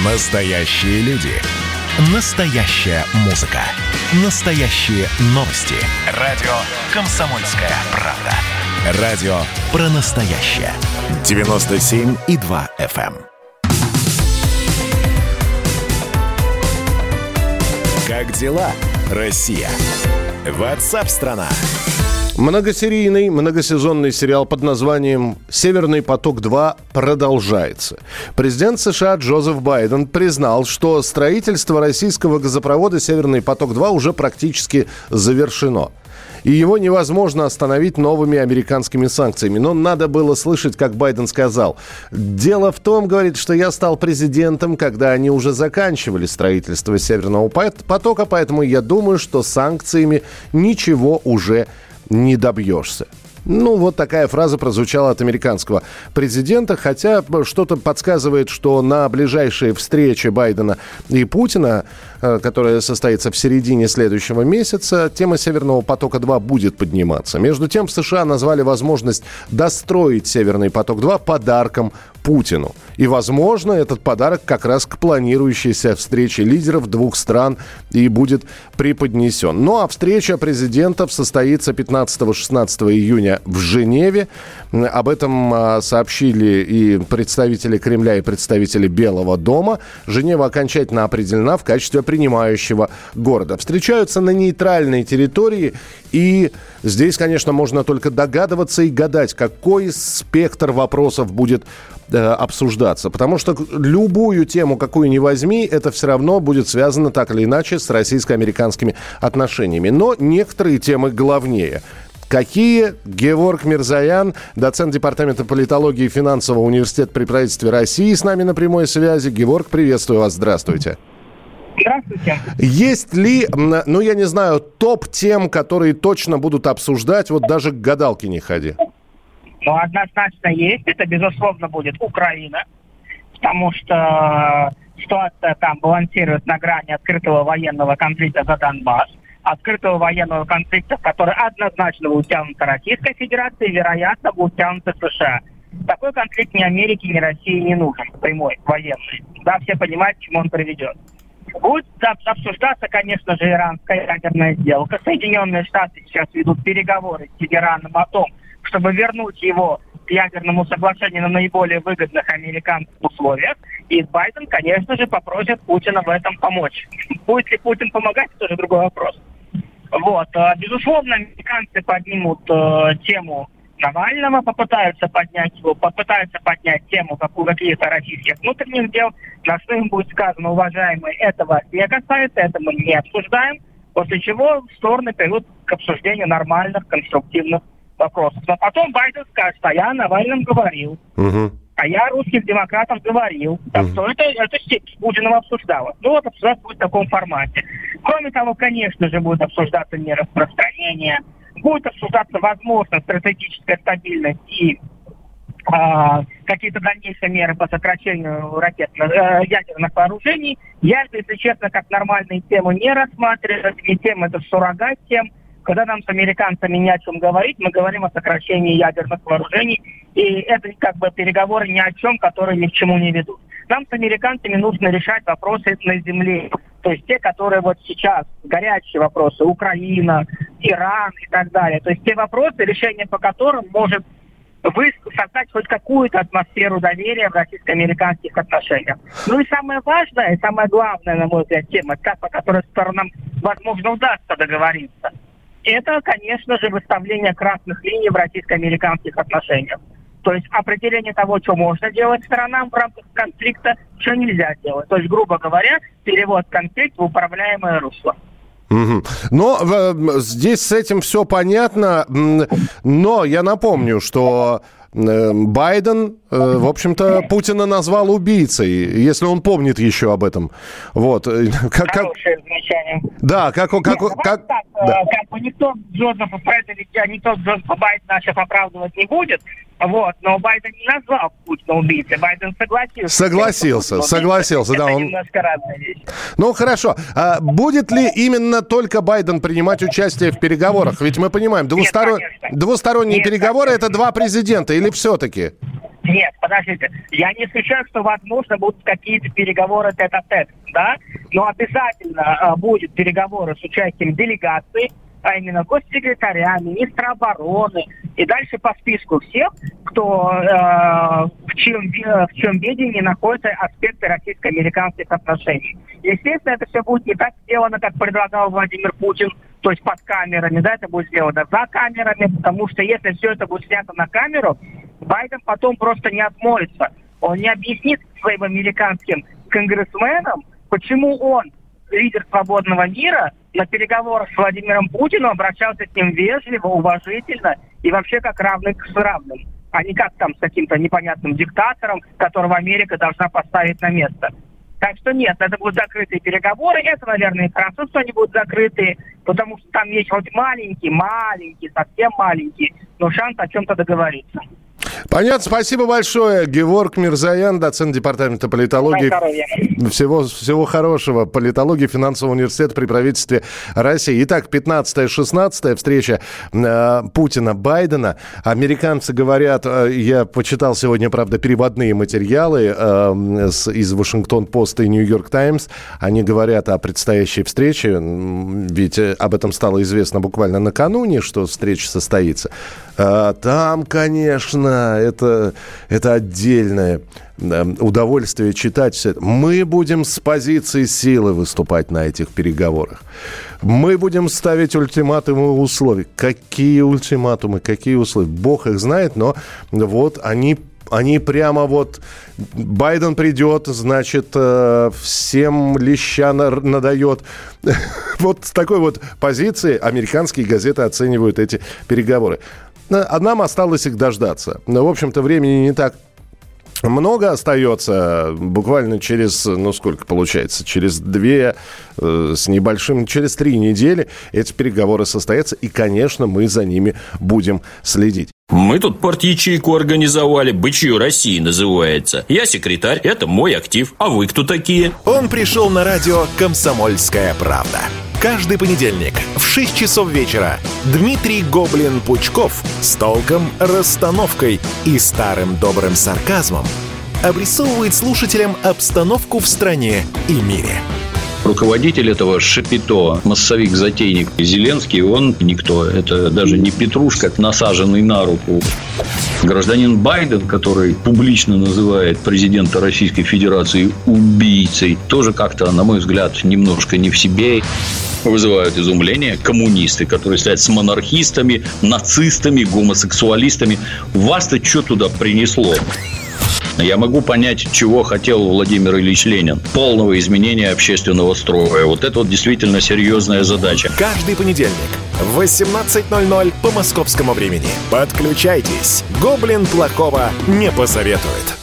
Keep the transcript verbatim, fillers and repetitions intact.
Настоящие люди. Настоящая музыка. Настоящие новости. Радио «Комсомольская правда». Радио про настоящее. девяносто семь и два эф эм. Как дела, Россия? Ватсап-страна! Многосерийный, многосезонный сериал под названием «Северный поток-два» продолжается. Президент США Джозеф Байден признал, что строительство российского газопровода «Северный поток-два» уже практически завершено. И его невозможно остановить новыми американскими санкциями. Но надо было слышать, как Байден сказал. Дело в том, говорит, что я стал президентом, когда они уже заканчивали строительство Северного потока, поэтому я думаю, что санкциями ничего уже не добьешься. Ну, вот такая фраза прозвучала от американского президента, хотя что-то подсказывает, что на ближайшей встрече Байдена и Путина, которая состоится в середине следующего месяца, тема «Северного потока-два» будет подниматься. Между тем, в США назвали возможность достроить «Северный поток-два» подарком Путину. И, возможно, этот подарок как раз к планирующейся встрече лидеров двух стран и будет преподнесен. Ну, а встреча президентов состоится пятнадцатого-шестнадцатого июня в Женеве. Об этом сообщили и представители Кремля, и представители Белого дома. Женева окончательно определена в качестве принимающего города. Встречаются на нейтральной территории, и здесь, конечно, можно только догадываться и гадать, какой спектр вопросов будет э, обсуждаться. Потому что любую тему, какую ни возьми, это все равно будет связано так или иначе с российско-американскими отношениями. Но некоторые темы главнее. Какие? Геворг Мирзоян, доцент департамента политологии и финансового университета при правительстве России, с нами на прямой связи. Геворг, приветствую вас, здравствуйте. Здравствуйте. Есть ли, ну, я не знаю, топ тем, которые точно будут обсуждать, вот даже к гадалке не ходи? Ну, однозначно есть. Это, безусловно, будет Украина, потому что ситуация там балансирует на грани открытого военного конфликта за Донбасс, открытого военного конфликта, который однозначно будет тянуться Российской Федерацией, вероятно, будет тянуться США. Такой конфликт ни Америке, ни России не нужен, прямой, военный. Да, все понимают, к чему он приведет. Будет обсуждаться, конечно же, иранская ядерная сделка. Соединенные Штаты сейчас ведут переговоры с Тегераном о том, чтобы вернуть его к ядерному соглашению на наиболее выгодных американских условиях. И Байден, конечно же, попросит Путина в этом помочь. Будет ли Путин помогать, тоже другой вопрос. Вот. Безусловно, американцы поднимут э, тему Навального, попытаются поднять его, попытаются поднять тему какую, каких-то российских внутренних дел. На что им будет сказано: уважаемые, этого не касается, это мы не обсуждаем. После чего стороны перейдут к обсуждению нормальных, конструктивных вопросов. Но потом Байден скажет: а я о Навальном говорил. Угу. А я русским демократам говорил. Так что это, это с Путиным обсуждалось. Ну вот обсуждаться будет в таком формате. Кроме того, конечно же, будет обсуждаться нераспространение. Будет обсуждаться возможность стратегическая стабильность и э, какие-то дальнейшие меры по сокращению ракетных, э, ядерных вооружений. Я, если честно, как нормальные темы не рассматриваю. Не тем, это суррогат тем. Когда нам с американцами не о чем говорить, мы говорим о сокращении ядерных вооружений. И это как бы переговоры ни о чем, которые ни к чему не ведут. Нам с американцами нужно решать вопросы на земле. То есть те, которые вот сейчас, горячие вопросы, Украина, Иран и так далее. То есть те вопросы, решение по которым может вы создать хоть какую-то атмосферу доверия в российско-американских отношениях. Ну и самое важное, и самое главное, на мой взгляд, тема, по которой сторонам, возможно, удастся договориться, это, конечно же, выставление красных линий в российско-американских отношениях. То есть определение того, что можно делать сторонам в рамках конфликта, что нельзя делать. То есть, грубо говоря, перевод конфликта в управляемое русло. Угу. Но э, здесь с этим все понятно, но я напомню, что э, Байден, э, в общем-то, Путина назвал убийцей, если он помнит еще об этом. Вот. Как, Хорошее замечание. Да, как... как, Нет, как, как, да. как бы никто Джозефа Фредерика, никто Джозефа Байдена сейчас оправдывать не будет, вот, но Байден не назвал Путина убийцей, Байден согласился. Согласился, согласился, да. Это он... немножко разная вещь. Ну, хорошо. А будет ли именно только Байден принимать участие в переговорах? Ведь мы понимаем, двустор... Нет, двусторонние Нет, переговоры – конечно. это два президента, или все-таки? Нет, подождите. Я не исключаю, что, возможно, будут какие-то переговоры тет-а-тет, да? Но обязательно а, будут переговоры с участием делегации, а именно госсекретаря, министра обороны и дальше по списку всех, кто э, в, чем, в чем ведении находятся аспекты российско-американских отношений. Естественно, это все будет не так сделано, как предлагал Владимир Путин, то есть под камерами, да, это будет сделано за камерами, потому что если все это будет снято на камеру, Байден потом просто не отмоется. Он не объяснит своим американским конгрессменам, почему он, лидер свободного мира, на переговорах с Владимиром Путиным обращался с ним вежливо, уважительно и вообще как равный с равным, а не как там с каким-то непонятным диктатором, которого Америка должна поставить на место. Так что нет, это будут закрытые переговоры. Это, наверное, и хорошо, что они будут закрытые, потому что там есть хоть маленький, маленький, совсем маленький, но шанс о чем-то договориться. Понятно, спасибо большое. Геворг Мирзоян, доцент департамента политологии. Всего, всего хорошего. Политологии финансового университета при правительстве России. Итак, пятнадцатая-шестнадцатая встреча э, Путина-Байдена. Американцы говорят, э, я почитал сегодня, правда, переводные материалы э, с, из Вашингтон-Пост и Нью-Йорк Таймс. Они говорят о предстоящей встрече, ведь об этом стало известно буквально накануне, что встреча состоится. Э, там, конечно, это, это отдельное удовольствие читать все это. Мы будем с позиции силы выступать на этих переговорах. Мы будем ставить ультиматумы и условия. Какие ультиматумы, какие условия? Бог их знает, но вот они... Они прямо вот... Байден придет, значит, всем леща надает. Вот с такой вот позиции американские газеты оценивают эти переговоры. А нам осталось их дождаться. В общем-то, времени не так много остается. Буквально через, ну сколько получается, через две э, с небольшим, через три недели эти переговоры состоятся. И, конечно, мы за ними будем следить. Мы тут порт-ячейку организовали, «Бычье России» называется. Я секретарь, это мой актив. А вы кто такие? Он пришел на радио «Комсомольская правда». Каждый понедельник в шесть часов вечера Дмитрий Гоблин-Пучков с толком, расстановкой и старым добрым сарказмом обрисовывает слушателям обстановку в стране и мире. Руководитель этого шапито, массовик-затейник Зеленский, он никто. Это даже не петрушка, насаженный на руку. Гражданин Байден, который публично называет президента Российской Федерации убийцей, тоже как-то, на мой взгляд, немножко не в себе. Вызывают изумление коммунисты, которые стоят с монархистами, нацистами, гомосексуалистами. Вас-то что туда принесло? Я могу понять, чего хотел Владимир Ильич Ленин. Полного изменения общественного строя. Вот это вот действительно серьезная задача. Каждый понедельник в восемнадцать ноль ноль по московскому времени. Подключайтесь. Гоблин плохого не посоветует.